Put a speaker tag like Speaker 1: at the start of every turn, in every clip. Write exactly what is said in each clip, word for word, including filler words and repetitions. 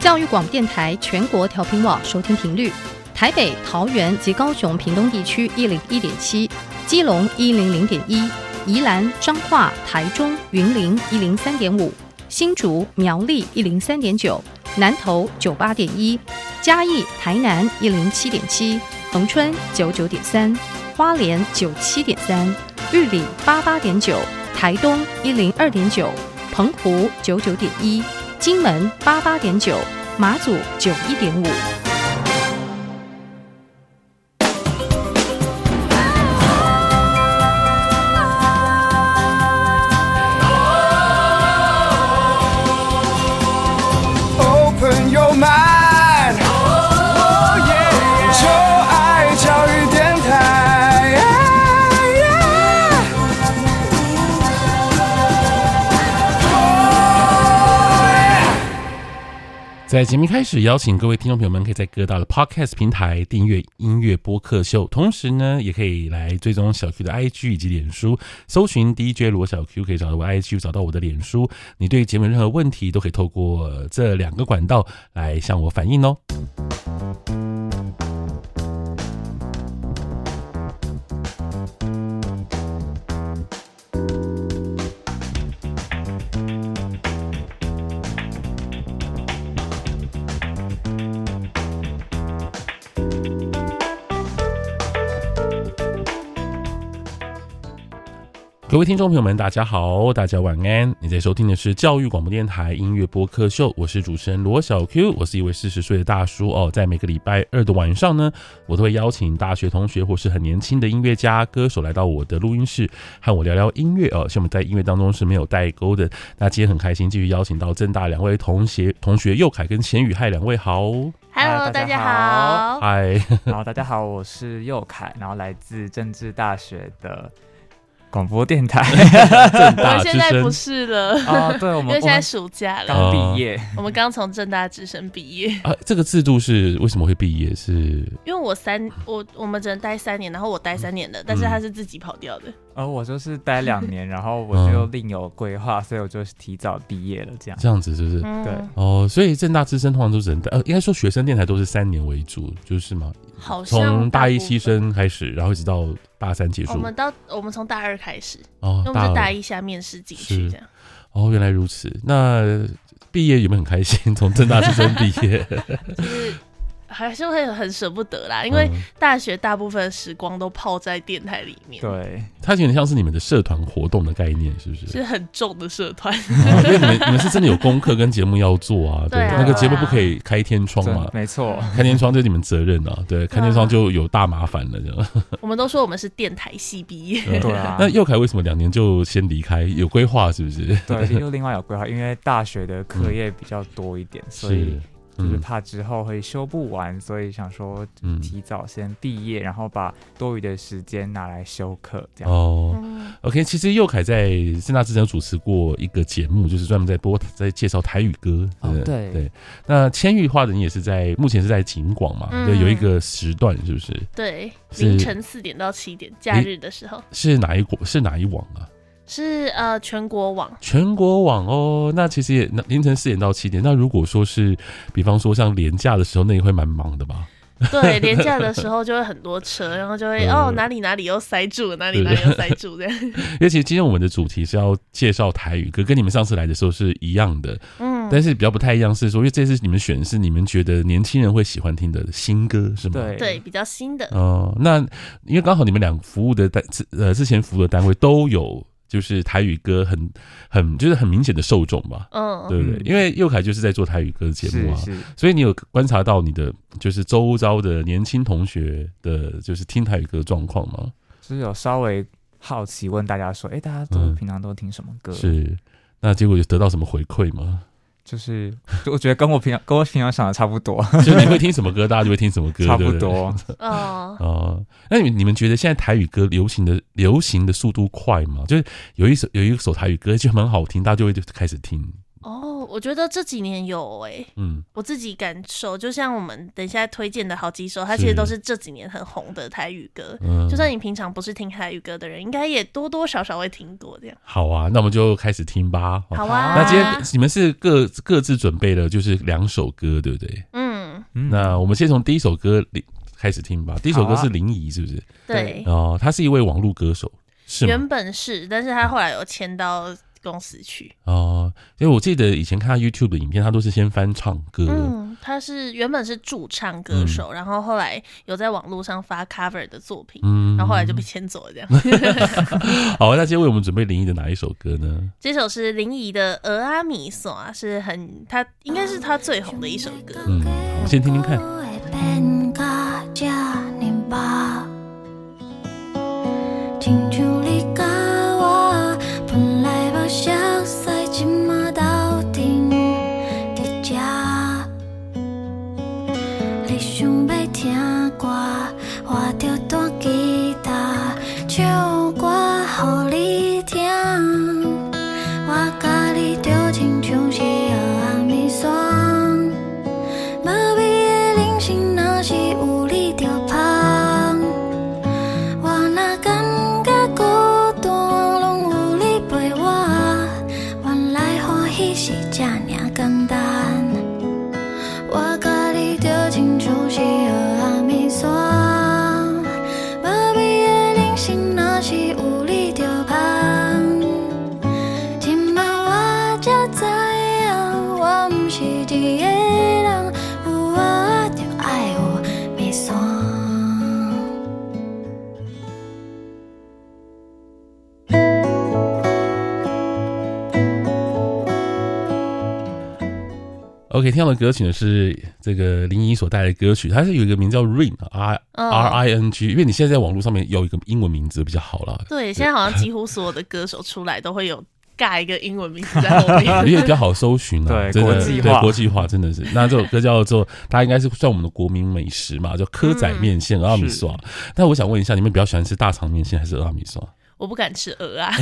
Speaker 1: 教育广播电台全国调频网收听频率：台北、桃园及高雄屏东地区一零一点七，基隆一零零点一，宜兰、彰化、台中、云林一零三点五，新竹、苗栗一零三点九，南投九八点一，嘉义、台南一零七点七，恒春九九点三，花莲九七点三，玉里八八点九，台东一零二点九，澎湖九九点一，金门八八点九，马祖九一点五。
Speaker 2: 在节目开始，邀请各位听众朋友们可以在各大的 Podcast 平台订阅音乐播客秀，同时呢，也可以来追踪小 Q 的 I G 以及脸书，搜寻 D J 罗小 Q， 可以找到我 I G， 找到我的脸书。你对节目有任何问题，都可以透过这两个管道来向我反映哦。各位听众朋友们大家好，大家晚安。你在收听的是教育广播电台音乐播客秀，我是主持人罗小 Q， 我是一位四十岁的大叔哦。在每个礼拜二的晚上呢，我都会邀请大学同学或是很年轻的音乐家歌手来到我的录音室和我聊聊音乐哦。像我们在音乐当中是没有代沟的。那今天很开心继续邀请到政大两位同学同学佑凯跟钱宇，嗨，两位好。
Speaker 1: Hello， 大家好。
Speaker 2: 嗨，
Speaker 3: 好，大家好，我是佑凯，然后来自政治大学的广播电台。
Speaker 4: 我们现在不是了
Speaker 3: 哦，对，我们
Speaker 4: 因为现在暑假了，
Speaker 3: 刚毕业，
Speaker 4: 我们刚从政大直升毕业。
Speaker 2: 啊，这个制度是为什么会毕业？是
Speaker 4: 因为我三我我们只能待三年，然后我待三年的，但是他是自己跑掉的。
Speaker 3: 而、呃、我就是待两年，然后我就另有规划，所以我就提早毕业了。这样
Speaker 2: 这样子是不是？
Speaker 4: 嗯、
Speaker 2: 对哦，所以政大之声通常都是呃，应该说学生电台都是三年为主，就是吗？
Speaker 4: 好像
Speaker 2: 从大一新生开始，然后一直到大三结束。
Speaker 4: 我们到我们从大二开始，
Speaker 2: 哦，
Speaker 4: 因为我们是大一下面试进去这样。
Speaker 2: 哦，原来如此。那毕业有没有很开心？从政大之声毕业，
Speaker 4: 就是还是会很舍不得啦，因为大学大部分的时光都泡在电台里面。
Speaker 3: 对，
Speaker 2: 它有点像是你们的社团活动的概念，是不是？
Speaker 4: 是很重的社团、
Speaker 2: 哦，因为你们你们是真的有功课跟节目要做啊，对，
Speaker 4: 对啊，
Speaker 2: 那个节目不可以开天窗嘛，
Speaker 3: 没错，
Speaker 2: 开天窗就是你们责任啊，对，开天窗就有大麻烦了这样。
Speaker 4: 我们都说我们是电台系毕业，
Speaker 3: 对啊。
Speaker 2: 那佑凯为什么两年就先离开？有规划是不是？
Speaker 3: 对，又另外有规划，因为大学的课业比较多一点，嗯、所以。就是怕之后会修不完，所以想说提早先毕业，然后把多余的时间拿来修课，这样。
Speaker 2: 哦 ，OK， 其实佑凯在政大之声有主持过一个节目，就是专门在播在介绍台语歌。
Speaker 3: 哦，对
Speaker 2: 对。那千玉花人也是在目前是在景广嘛，嗯、对，有一个时段是不是？
Speaker 4: 对，凌晨四点到七点，假日的时候。
Speaker 2: 是哪一是哪一网啊？
Speaker 4: 是呃全国网，
Speaker 2: 全国网哦，那其实也凌晨四点到七点。那如果说是，比方说像连假的时候，那也会蛮忙的吧？
Speaker 4: 对，连假的时候就会很多车，然后就会、嗯、哦哪里哪里又塞住了，哪里哪里又塞住这样。
Speaker 2: 因为其实今天我们的主题是要介绍台语歌，跟你们上次来的时候是一样的，嗯，但是比较不太一样是说，因为这次你们选的是你们觉得年轻人会喜欢听的新歌，是吗？
Speaker 3: 对
Speaker 4: 对，比较新的。
Speaker 2: 哦、呃，那因为刚好你们俩服务的单呃之前服务的单位都有。就是台语歌很很就是很明显的受众吧，嗯，对不对？因为佑凯就是在做台语歌节目啊，所以你有观察到你的就是周遭的年轻同学的，就是听台语歌状况吗？
Speaker 3: 就是有稍微好奇问大家说，哎、欸，大家都、嗯、平常都听什么歌？
Speaker 2: 是，那结果有得到什么回馈吗？
Speaker 3: 就是我觉得跟我平常跟我平常想的差不多，
Speaker 2: 就是你会听什么歌，大家就会听什么歌，
Speaker 3: 差不多。
Speaker 4: 哦
Speaker 2: 哦，那你你们觉得现在台语歌流行的流行的速度快吗？就是有一首有一首台语歌就蛮好听，大家就会就开始听，
Speaker 4: 哦，我觉得这几年有诶、欸，嗯，我自己感受，就像我们等一下推荐的好几首，它其实都是这几年很红的台语歌。嗯，就算你平常不是听台语歌的人，应该也多多少少会听过这样。
Speaker 2: 好啊，那我们就开始听吧。
Speaker 4: 好啊，
Speaker 2: 那今天你们是各各自准备了就是两首歌，对不对？嗯，那我们先从第一首歌开始听吧。第一首歌是林怡，是不是？
Speaker 4: 对。
Speaker 2: 哦，他是一位网络歌手，是吗？
Speaker 4: 原本是，但是他后来有签到公司去
Speaker 2: 哦，因为我记得以前看他 YouTube 的影片，他都是先翻唱歌。
Speaker 4: 嗯，他是原本是驻唱歌手，嗯、然后后来有在网络上发 cover 的作品，嗯，然后后来就被牵走了这样。
Speaker 2: 好，那今天为我们准备林怡的哪一首歌呢？
Speaker 4: 这首是林怡的《俄阿米索》，是很他应该是他最红的一首歌。
Speaker 2: 嗯，我们先听听看。OK， 听到的歌曲呢是这个林怡所带来的歌曲，它是有一个名叫 Ring R R I N G， 因为你现在在网络上面有一个英文名字比较好啦。
Speaker 4: 对，现在好像几乎所有的歌手出来都会有尬一个英文名字在后面，
Speaker 2: 因为比较好搜寻啊，
Speaker 3: 对，
Speaker 2: 真的
Speaker 3: 国际化，
Speaker 2: 对国际化真的是。那这首歌叫做，它应该是算我们的国民美食嘛，叫蚵仔面线、俄阿米刷。但我想问一下，你们比较喜欢吃大肠面线还是俄阿米刷？
Speaker 4: 我不敢吃鹅啊！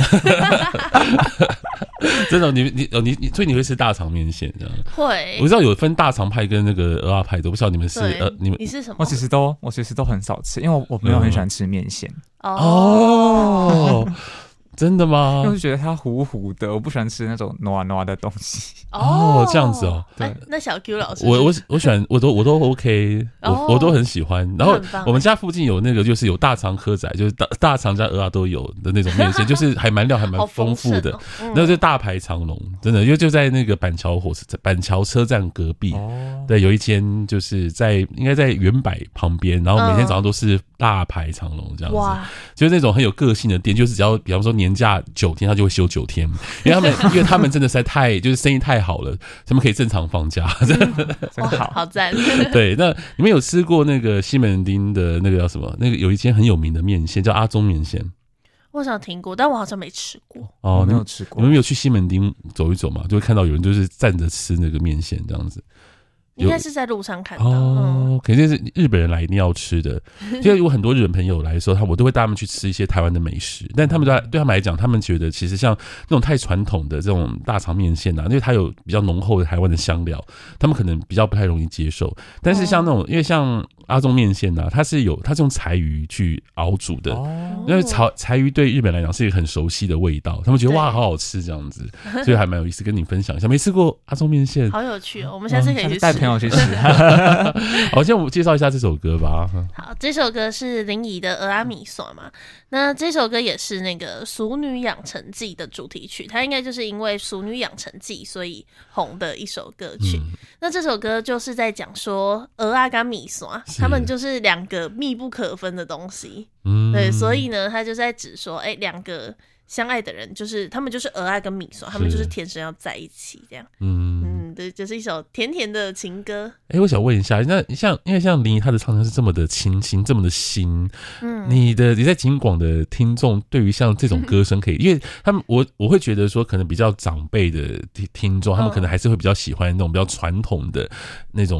Speaker 2: 真的，你你你你，所以你会吃大肠面线这样？
Speaker 4: 会。
Speaker 2: 我知道有分大肠派跟那个鹅啊派的，我不知道你们是呃，你们
Speaker 4: 你是什么？
Speaker 3: 我其实都我其实都很少吃，因为我我没有很喜欢吃面线。
Speaker 2: 嗯、哦。真的吗？
Speaker 3: 因为我觉得它糊糊的，我不喜欢吃那种糯糯的东西。
Speaker 2: 哦，这样子哦。
Speaker 4: 对，啊、那小 Q 老师，
Speaker 2: 我我我喜欢，我都我都 OK， 我、哦、我都很喜欢。然后我们家附近有那个，就是有大肠蚵仔，就是大大肠加鹅啊都有的那种面线，就是还蛮料还蛮丰富的。哦嗯、那就大排长龙，真的，因为就在那个板桥火车板桥车站隔壁，哦、对，有一间就是在应该在远百旁边，然后每天早上都是大排长龙这样子，哇就是那种很有个性的店，就是只要比方说年假九天，他就会休九天，因为他们因为他们真的实在太就是生意太好了，他们可以正常放假，真的、嗯、
Speaker 4: 真好好赞。
Speaker 2: 对，那你们有吃过那个西门町的那个叫什么？那个有一间很有名的面线叫阿宗面线。
Speaker 4: 我好像听过，但我好像没吃过。
Speaker 2: 哦，
Speaker 3: 没有吃过。
Speaker 2: 你们没有去西门町走一走嘛？就会看到有人就是站着吃那个面线这样子。
Speaker 4: 应该是在路上看到
Speaker 2: 哦，肯定是日本人来一定要吃的。因为有很多日本朋友来的时候，他我都会带他们去吃一些台湾的美食，但他们对对他们来讲，他们觉得其实像那种太传统的这种大肠面线啊，因为它有比较浓厚的台湾的香料，他们可能比较不太容易接受。但是像那种，因为像阿宗面线啊，它是有它是用柴鱼去熬煮的，因为柴柴鱼对日本来讲是一个很熟悉的味道，他们觉得哇好好吃这样子，所以还蛮有意思，跟你分享一下。没吃过阿宗面线，
Speaker 4: 好有趣哦，我们下次可以去吃。
Speaker 3: 朋友去吃。
Speaker 2: 好，先我们介绍一下这首歌吧。
Speaker 4: 好，这首歌是林怡的《俄阿米索》嘛。那这首歌也是那个《俗女养成记》的主题曲，它应该就是因为《俗女养成记》所以红的一首歌曲。嗯、那这首歌就是在讲说俄阿跟米索，他们就是两个密不可分的东西。嗯，对，所以呢，他就在指说，哎、欸，两个相爱的人，就是他们就是俄爱跟米索，他们就是天生要在一起这样。嗯嗯，对，就是一首甜甜的情歌。
Speaker 2: 哎、欸，我想问一下，那像因为像林怡她的唱腔是这么的清新，这么的新，嗯，你的你在警广的听众对于像这种歌声可以，嗯、因为他们我我会觉得说，可能比较长辈的听众，他们可能还是会比较喜欢那种比较传统的那种。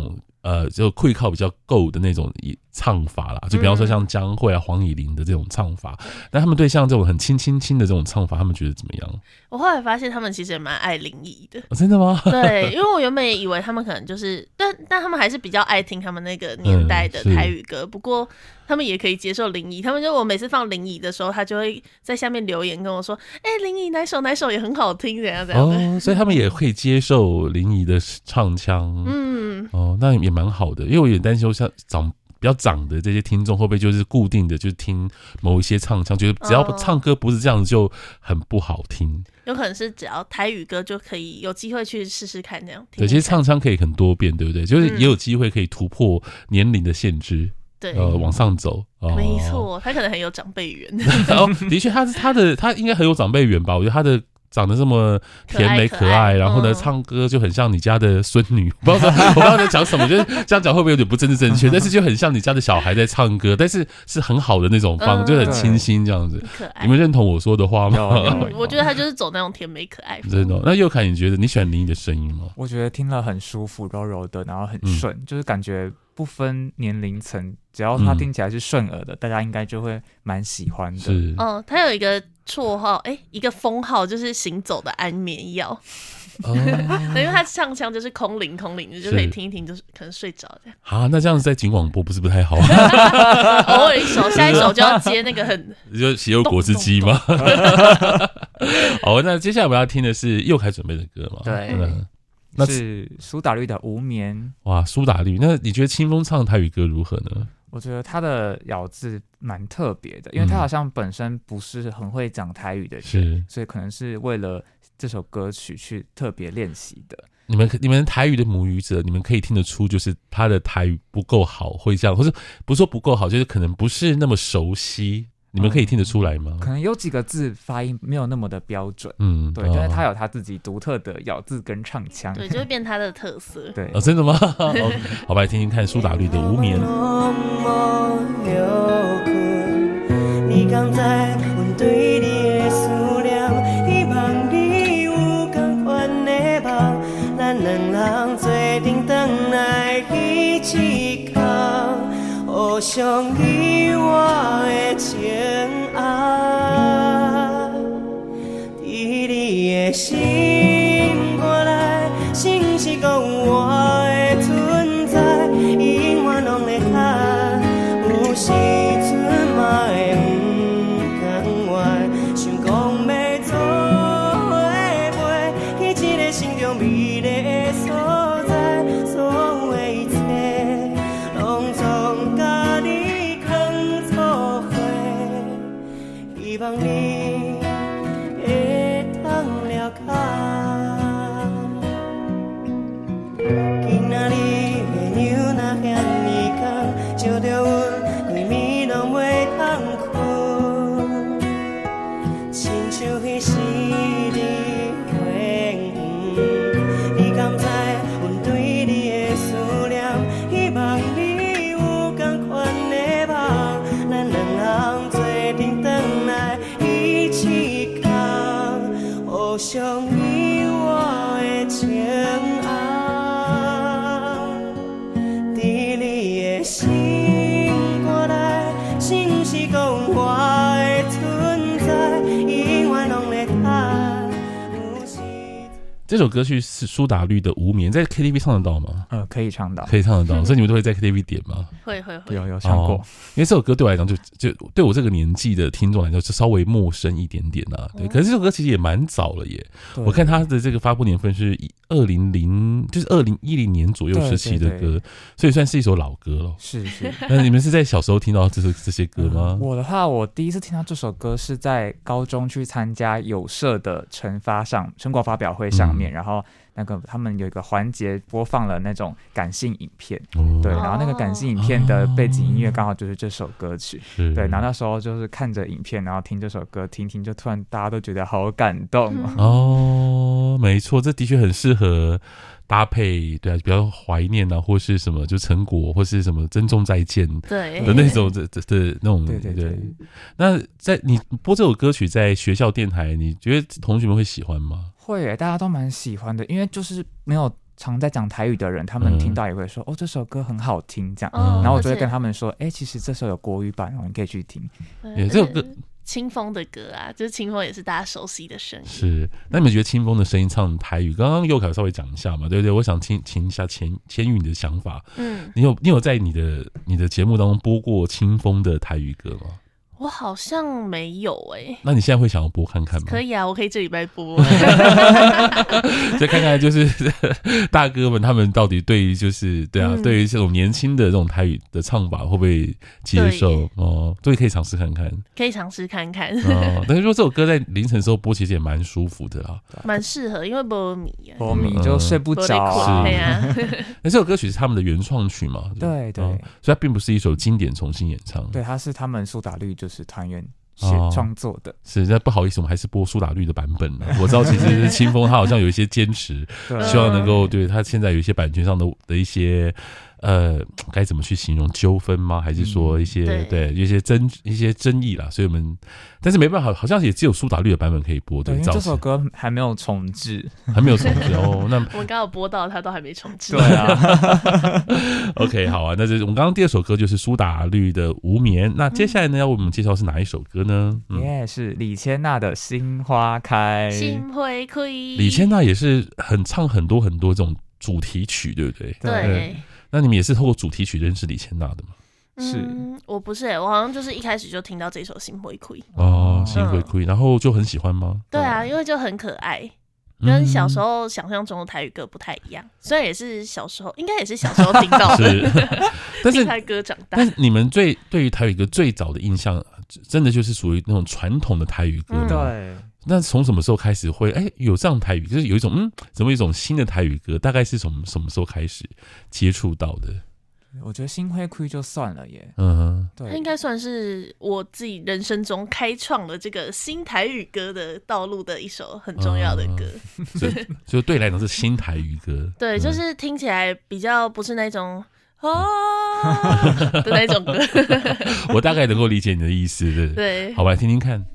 Speaker 2: 呃，就会靠比较够的那种唱法啦，就比方说像江蕙啊、黄以玲的这种唱法，那、嗯、他们对像这种很轻轻轻的这种唱法，他们觉得怎么样？
Speaker 4: 我后来发现他们其实也蛮爱林怡的、
Speaker 2: 哦。真的吗？
Speaker 4: 对，因为我原本也以为他们可能就是，但但他们还是比较爱听他们那个年代的台语歌。嗯、不过他们也可以接受林怡，他们就我每次放林怡的时候，他就会在下面留言跟我说：“哎、欸，林怡哪首哪首也很好听，怎样怎样的。”
Speaker 2: 哦，所以他们也会接受林怡的唱腔。嗯，哦，那也蛮好的，因为我有点担心，像长比较长的这些听众会不会就是固定的，就是听某一些唱腔，觉得只要唱歌不是这样子就很不好听。
Speaker 4: 有可能是只要台语歌就可以有机会去试试看这样听。
Speaker 2: 对，其实唱腔可以很多变，对不对？就是也有机会可以突破年龄的限制。
Speaker 4: 对，
Speaker 2: 呃，往上走，哦、
Speaker 4: 没错，他可能很有长辈缘。
Speaker 2: 哦，的确，他他的他应该很有长辈缘吧？我觉得他的长得这么甜美可爱，可爱可爱然后呢、嗯，唱歌就很像你家的孙女。不知道我不知道在讲什么，就是这样讲会不会有点不政治正确？但是就很像你家的小孩在唱歌，但是是很好的那种方，嗯、就很清新这样子。
Speaker 4: 可爱，
Speaker 2: 你们认同我说的话吗？
Speaker 4: 我觉得他就是走那种甜美可爱。
Speaker 2: 真的。那佑凯，你觉得你喜欢林怡的声音吗？
Speaker 3: 我觉得听了很舒服，柔柔的，然后很顺、嗯，就是感觉不分年龄层，只要它听起来是顺耳的、嗯，大家应该就会蛮喜欢的。
Speaker 2: 是，
Speaker 4: 哦，他有一个绰号，哎、欸，一个封号，就是行走的安眠药。哦，因为他唱腔就是空灵空灵的，就可以听一听，就是可能睡着这样。
Speaker 2: 啊，那这样子在警广播不是不太好？
Speaker 4: 偶尔一首，下一首就要接那个很，
Speaker 2: 就血肉果汁机吗？好，那接下来我们要听的是佑凯准备的歌嘛？
Speaker 3: 对。
Speaker 2: 嗯，
Speaker 3: 那是苏打绿的《无眠》。
Speaker 2: 哇，苏打绿，那你觉得清风唱台语歌如何呢？
Speaker 3: 我觉得他的咬字蛮特别的，因为他好像本身不是很会讲台语的人、嗯，所以可能是为了这首歌曲去特别练习的。
Speaker 2: 你们你们台语的母语者，你们可以听得出，就是他的台语不够好，会这样，或是不是说不够好，就是可能不是那么熟悉。你们可以听得出来吗？
Speaker 3: 嗯、可能有几个字发音没有那么的标准，嗯，对，但是他有他自己独特的咬字跟唱腔，
Speaker 4: 对，就会变他的特色。
Speaker 3: 对，
Speaker 2: 哦，真的吗？好，好吧，来听听看苏打绿的《无眠》。你敢知阮对你的思念，希望你有同款的梦，咱两人做阵转来一起扛。互相依偎的情爱，伫你的心肝内，心是讲我的存在，永远拢在等，有时阵嘛会不甘愿，想讲要做伙陪，去一个心中美丽的所在，所有的一切拢总甲你藏错伙，希望你会通了解。今仔日的牛若遐尼空，照着阮规暝拢袂通困，亲像迄时你回忆，你敢知阮对你的思念，希望你有同款的梦，咱两人做阵转来一起扛，互相依偎的情爱，伫你的心肝内，心是讲我的存在，永远拢在等。这首歌曲是苏打绿的《无眠》，在 K T V 唱得到吗？
Speaker 3: 呃，可以唱到，
Speaker 2: 可以唱得到，所以你们都会在 K T V 点吗？
Speaker 4: 会会会，
Speaker 3: 有有唱过、哦。
Speaker 2: 因为这首歌对我来讲就，就就对我这个年纪的听众来讲，就稍微陌生一点点啊。对，哦、可是这首歌其实也蛮早了耶。我看它的这个发布年份是二零零，就是二零一零年左右时期的歌，对对对，所以算是一首老歌了。
Speaker 3: 是是。
Speaker 2: 那你们是在小时候听到这些这些歌吗、
Speaker 3: 嗯？我的话，我第一次听到这首歌是在高中去参加有社的成发上成果发表会上面，嗯、然后。那个他们有一个环节播放了那种感性影片、哦，对，然后那个感性影片的背景音乐刚好就是这首歌曲，哦、对，然后那时候就是看着影片，然后听这首歌，听听就突然大家都觉得好感动哦。
Speaker 2: 哦，没错，这的确很适合搭配，对啊，比较怀念啊，或是什么就成果，或是什么珍重再见的那种的的的那种，
Speaker 3: 对对 对, 对。
Speaker 2: 那在你播这首歌曲在学校电台，你觉得同学们会喜欢吗？
Speaker 3: 会耶，大家都蛮喜欢的，因为就是没有常在讲台语的人，他们听到也会说、嗯、哦，这首歌很好听这样、
Speaker 4: 哦、
Speaker 3: 然后我就会跟他们说哎、欸，其实这首有国语版哦，你可以去听。
Speaker 2: 也这首歌
Speaker 4: 清风的歌啊，就是清风也是大家熟悉的声音。
Speaker 2: 是，那你们觉得清风的声音唱台语，刚刚佑凯稍微讲一下嘛，对不对？我想听听一下千千玉你的想法。嗯，你有你有在你的你的节目当中播过清风的台语歌吗？
Speaker 4: 我好像没有哎、欸，
Speaker 2: 那你现在会想要播看看吗？
Speaker 4: 可以啊，我可以这礼拜播，
Speaker 2: 就看看就是大哥们他们到底对于就是对啊，嗯、对于这种年轻的这种台语的唱法会不会接受哦？所以可以尝试看看，
Speaker 4: 可以尝试看看
Speaker 2: 哦。但是说这首歌在凌晨的时候播，其实也蛮舒服的啦，
Speaker 4: 蛮适合，因为波米啊，
Speaker 3: 波米就睡不着啊。
Speaker 4: 对啊，
Speaker 2: 那这首歌曲是他们的原创曲嘛？
Speaker 3: 对 对,、哦，
Speaker 2: 所以它并不是一首经典重新演唱，
Speaker 3: 对，它是他们苏打绿就是团员写创作的。
Speaker 2: 是，那不好意思，我们还是播苏打绿的版本了。我知道其实清风他好像有一些坚持，希望能够对他现在有一些版权上的的一些。呃，该怎么去形容纠纷吗？还是说一些、嗯、对, 对一些争一些争议啦？所以我们但是没办法，好像也只有苏打绿的版本可以播。对，
Speaker 3: 因为这首歌还没有重制，
Speaker 2: 还没有重制哦。那
Speaker 4: 我们刚好播到它都还没重制。
Speaker 3: 对啊。
Speaker 2: OK， 好啊，那这我们刚刚第二首歌就是苏打绿的《无眠》。那接下来呢，要为我们介绍是哪一首歌呢？
Speaker 3: 耶、嗯，yeah, 是李千娜的《心花开》。
Speaker 4: 心会开。
Speaker 2: 李千娜也是很唱很多很多这种主题曲，对不对？
Speaker 4: 对。对，
Speaker 2: 那你们也是透过主题曲认识李千娜的吗？
Speaker 3: 是、
Speaker 4: 嗯，我不是、欸，我好像就是一开始就听到这首《心会开》
Speaker 2: 哦，《心会开》，然后就很喜欢吗？
Speaker 4: 对啊，因为就很可爱，跟小时候想象中的台语歌不太一样。虽然也是小时候，应该也是小时候听到的，是
Speaker 2: 但是
Speaker 4: 台歌长大。
Speaker 2: 但是你们最对于台语歌最早的印象，真的就是属于那种传统的台语歌吗？
Speaker 3: 嗯、对。
Speaker 2: 那从什么时候开始会哎、欸、有这样台语，就是有一种嗯，怎么有一种新的台语歌？大概是从什么时候开始接触到的？
Speaker 3: 我觉得心会开就算了耶，
Speaker 2: 嗯，
Speaker 4: 对，它应该算是我自己人生中开创了这个新台语歌的道路的一首很重要的歌，
Speaker 2: 嗯、所以就对来讲是新台语歌，
Speaker 4: 对，就是听起来比较不是那种啊的那种歌，
Speaker 2: 我大概能够理解你的意思，对，
Speaker 4: 对，
Speaker 2: 好吧，听听看。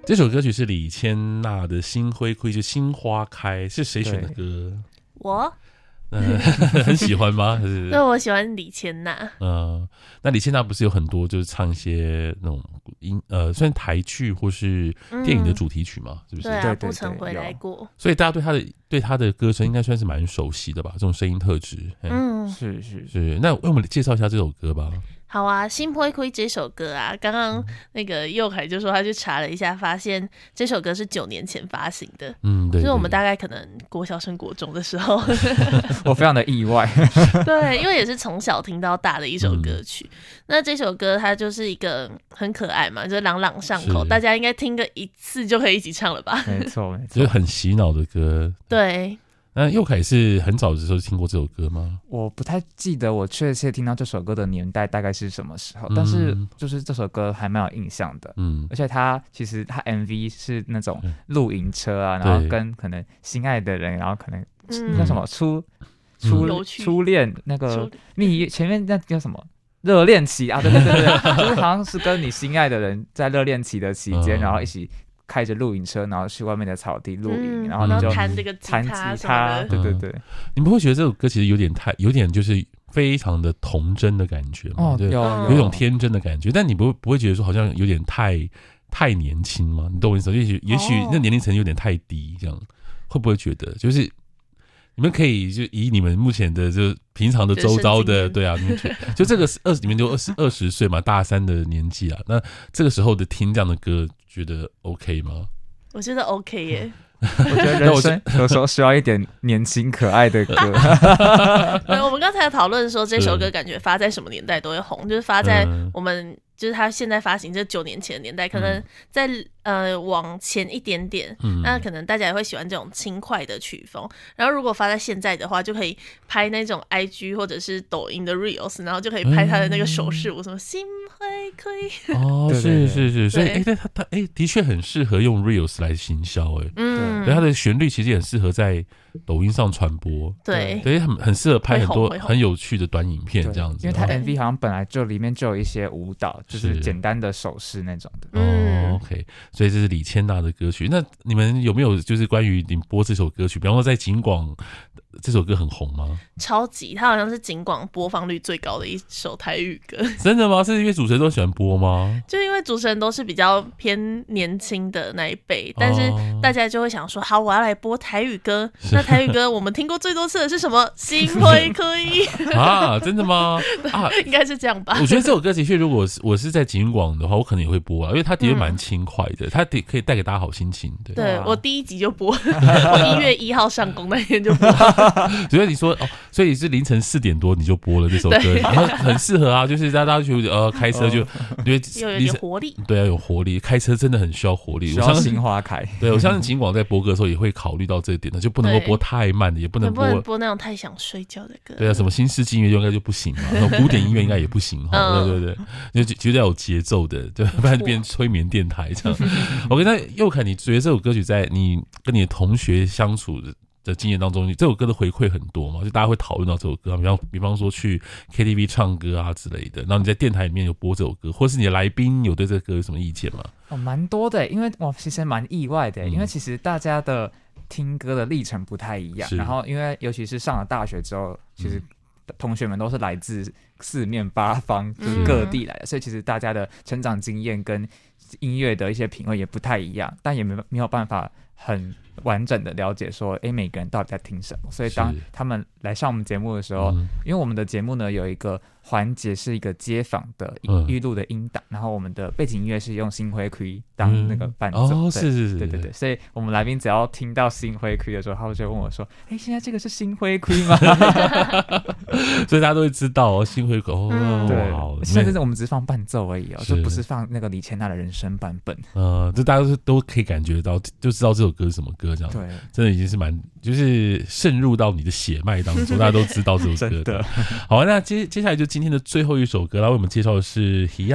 Speaker 2: 这首歌曲是李千娜的《心灰灰》，就心花开，是谁选的歌？
Speaker 4: 我。
Speaker 2: 嗯，很喜欢吗？
Speaker 4: 对，我喜欢李千娜。
Speaker 2: 嗯、呃，那李千娜不是有很多就是唱一些那种音呃，算台剧或是电影的主题曲嘛？嗯、是不是？
Speaker 4: 对啊，不曾回来过。
Speaker 2: 所以大家对她的对她的歌声应该算是蛮熟悉的吧？这种声音特质。
Speaker 3: 嗯，是是
Speaker 2: 是。那为我们介绍一下这首歌吧。
Speaker 4: 好啊，心灰灰这首歌啊，刚刚那个佑凯就说他去查了一下，发现这首歌是九年前发行的。嗯，对，就是我们大概可能国小升国中的时候，
Speaker 3: 我非常的意外。
Speaker 4: 对，因为也是从小听到大的一首歌曲。嗯、那这首歌它就是一个很可爱嘛，就是朗朗上口，大家应该听个一次就可以一起唱了吧？
Speaker 3: 没错，没错，
Speaker 2: 就是很洗脑的歌。
Speaker 4: 对。
Speaker 2: 那佑凯是很早的时候听过这首歌吗？
Speaker 3: 我不太记得我确切听到这首歌的年代大概是什么时候，嗯、但是就是这首歌还蛮有印象的。嗯，而且它其实它 M V 是那种露营车啊，嗯、然后跟可能心爱的人，然后可能那什么初、嗯、初初恋那个蜜前面那叫什么热恋期啊？对对对对，就是好像是跟你心爱的人在热恋期的期间，嗯、然后一起开着露营车，然后去外面的草地露营，嗯、然后你就
Speaker 4: 弹这个吉他
Speaker 3: 吉他，对对对、嗯。
Speaker 2: 你们会觉得这首歌其实有点太，有点就是非常的童真的感觉吗？
Speaker 3: 哦，有
Speaker 2: 有一种天真的感觉，但你不会不会觉得说好像有点太太年轻吗？你懂我意思吗？也许也许那年龄层有点太低，这样会不会觉得就是？你们可以就以你们目前的就平常的周遭的对啊，你们就这个二十你们就二十二十岁嘛，大三的年纪啊，那这个时候的听这样的歌，觉得 OK 吗？
Speaker 4: 我觉得 OK 耶。
Speaker 3: 我觉得人生有时候需要一点年轻可爱的歌。
Speaker 4: 对，我们刚才讨论说这首歌感觉发在什么年代都会红，就是发在我们。就是他现在发行这九年前的年代，可能在、嗯、呃往前一点点、嗯，那可能大家也会喜欢这种轻快的曲风。然后如果发在现在的话，就可以拍那种 I G 或者是抖音的 reels， 然后就可以拍他的那个手势舞，嗯、什么心会亏。
Speaker 2: 哦，是是是，所以哎，他他哎，的确很适合用 reels 来行销哎，嗯，对，他的旋律其实也很适合在抖音上传播，
Speaker 4: 对，
Speaker 2: 对，很很适合拍很多很有趣的短影片这样子。
Speaker 3: 因为他 M V 好像本来就里面就有一些舞蹈。就是简单的手势那种的。
Speaker 2: 哦 ，OK， 所以这是李千娜的歌曲。那你们有没有就是关于你播这首歌曲，比方说在警广这首歌很红吗？
Speaker 4: 超级，它好像是警广播放率最高的一首台语歌。
Speaker 2: 真的吗？是因为主持人都喜欢播吗？
Speaker 4: 就因为主持人都是比较偏年轻的那一辈，但是大家就会想说，好，我要来播台语歌。那台语歌我们听过最多次的是什么？心会亏
Speaker 2: 啊？真的吗？
Speaker 4: 啊，应该是这样吧。
Speaker 2: 我觉得这首歌的确，如果我是在警广的话，我可能也会播啊，因为它的确蛮轻快的，嗯、它的可以带给大家好心情。对，
Speaker 4: 对我第一集就播，我一月一号上工那天就播。
Speaker 2: 所以你说哦，所以是凌晨四点多你就播了这首歌，然后很适合啊，就是大家去呃开车就
Speaker 4: 因为又有点活力，
Speaker 2: 对啊，有活力，开车真的很需要活力。
Speaker 3: 需要心花开。
Speaker 2: 对，我相信警广在播歌的时候也会考虑到这一点的，就不能够播太慢的，也不能播
Speaker 4: 不能播那种太想睡觉的歌。
Speaker 2: 对啊，什么新世纪音乐应该就不行嘛，那种古典音乐应该也不行哈。嗯、对对对，就绝对要有节奏的，对，不然变催眠电台这样。OK， 那佑凯，你觉得这首歌曲在你跟你的同学相处的的经验当中，这首歌的回馈很多嘛？就大家会讨论到这首歌，比方比方说去 K T V 唱歌啊之类的，然后你在电台里面有播这首歌，或是你的来宾有对这个歌有什么意见吗？
Speaker 3: 哦，蛮多的，因为我其实蛮意外的、嗯，因为其实大家的听歌的历程不太一样，然后因为尤其是上了大学之后，其实同学们都是来自四面八方，就是各地来的、嗯，所以其实大家的成长经验跟音乐的一些品味也不太一样，但也没没有办法很完整的了解说，哎，每个人到底在听什么。所以当他们来上我们节目的时候，因为我们的节目呢有一个环节是一个街访的预录的音档、嗯，然后我们的背景音乐是用心灰亏当那个伴奏、
Speaker 2: 嗯、哦，是是是，
Speaker 3: 对对对，所以我们来宾只要听到心灰亏的时候，他就会问我说，哎，现在这个是心灰亏吗？
Speaker 2: 所以大家都会知道哦，心灰亏哦、嗯，
Speaker 3: 对，现在我们只是放伴奏而已哦，就不是放那个李千娜的人声版本。
Speaker 2: 呃，这大家 都, 都可以感觉到，就知道这首歌是什么歌，这样对，真的已经是蛮就是渗入到你的血脉当中，大家都知道这首歌的。
Speaker 3: 真的。
Speaker 2: 好，那接接下来就今天的最后一首歌，来为我们介绍的是 Hia。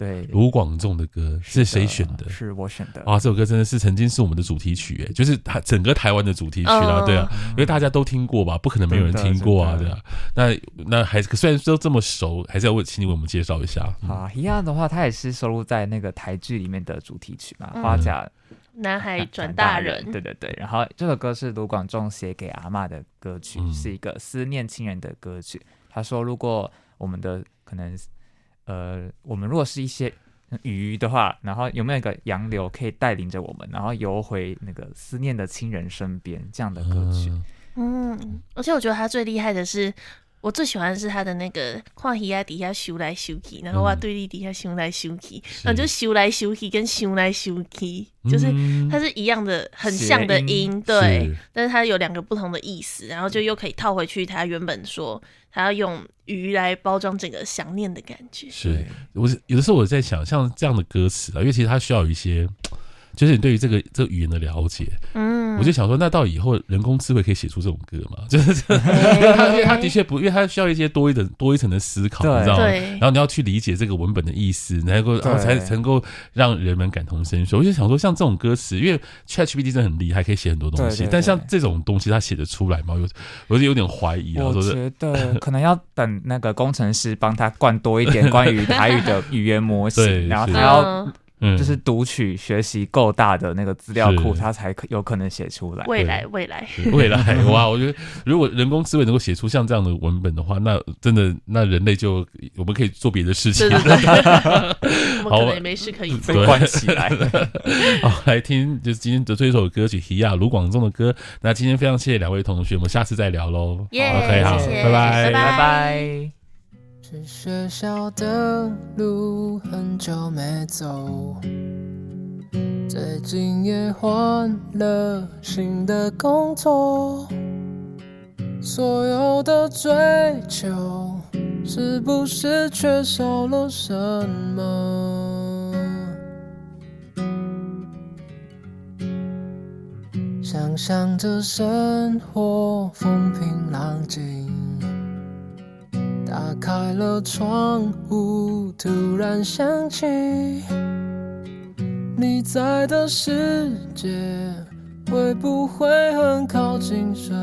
Speaker 3: 对，
Speaker 2: 卢广仲的歌是谁选的？
Speaker 3: 是我选的
Speaker 2: 啊！这首歌真的是曾经是我们的主题曲，哎，就是整个台湾的主题曲啦，哦、对啊，因为大家都听过吧，不可能没有人听过啊，对啊。那那还是虽然都这么熟，还是要问，请你为我们介绍一下。
Speaker 3: 好，一样的话，它也是收录在那个台剧里面的主题曲嘛，嗯、花甲。
Speaker 4: 男孩转大人，
Speaker 3: 对对对，然后这首歌是卢广仲写给阿嬷的歌曲，
Speaker 2: 嗯、
Speaker 3: 是一个思念亲人的歌曲。他说，如果我们的可能，呃，我们如果是一些鱼的话，然后有没有一个洋流可以带领着我们，然后游回那个思念的亲人身边，这样的歌曲。
Speaker 4: 嗯，而且我觉得他最厉害的是。我最喜欢的是他的那个看鱼仔底下游来游去，然后我对你底下游来游去，然后就游来游去跟游来游去，就是它是一样的很像的音，对，但是它有两个不同的意思，然后就又可以套回去他原本说他要用鱼来包装整个想念的感觉。
Speaker 2: 是，我有的时候我在想，像这样的歌词啊，因为其实它需要有一些。就是你对于这个这个语言的了解，嗯，我就想说，那到以后人工智慧可以写出这种歌吗？就是，因为他因为他的确不，因为他需要一些多一层多一层的思考，你知道吗？然后你要去理解这个文本的意思，能够然后才能够让人们感同身受。我就想说，像这种歌词，因为 ChatGPT 真的很厉害，可以写很多东西，对对对，但像这种东西，他写得出来吗？我我是有点怀疑啊。
Speaker 3: 我觉得可能要等那个工程师帮他灌多一点关于台语的语言模型，然后他要。就是读取学习够大的那个资料库，它才有可能写出来。
Speaker 4: 未来，未来，
Speaker 2: 未来，哇！我觉得如果人工智慧能够写出像这样的文本的话，那真的，那人类就我们可以做别的事情。
Speaker 4: 对对对我们可能也没事可以
Speaker 3: 被关起来。
Speaker 2: 好，来听就是今天的这一首歌曲《鱼仔》卢广仲的歌。那今天非常谢谢两位同学，我们下次再聊喽。
Speaker 4: 耶、
Speaker 2: yeah, ，OK， 好，
Speaker 4: 谢谢
Speaker 2: 拜拜，
Speaker 3: 拜拜。
Speaker 5: 去学校的路很久没走，最近也换了新的工作，所有的追求是不是缺少了什么？想象着生活风平浪静，打开了窗户，突然想起你在的世界会不会很靠近水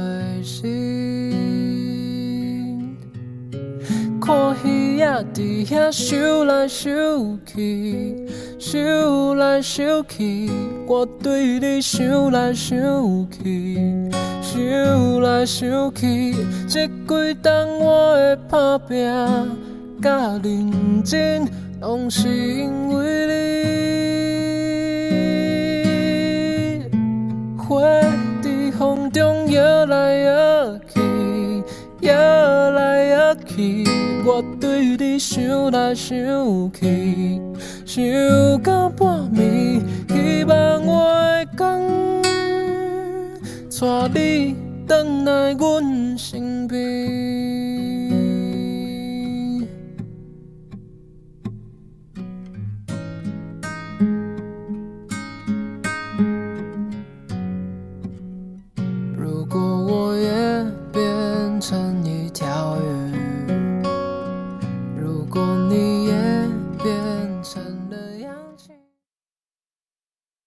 Speaker 5: 星？看鱼仔伫遐游来游去，游来游去，我对你想来想去，想来想去，这几冬我的打拼甲认真，拢是因为你。花在风中摇来摇去，摇来摇去，我对你想来想去，想到半暝，希望我的天带你回来阮身边。如果我也变成一条鱼，如果你也变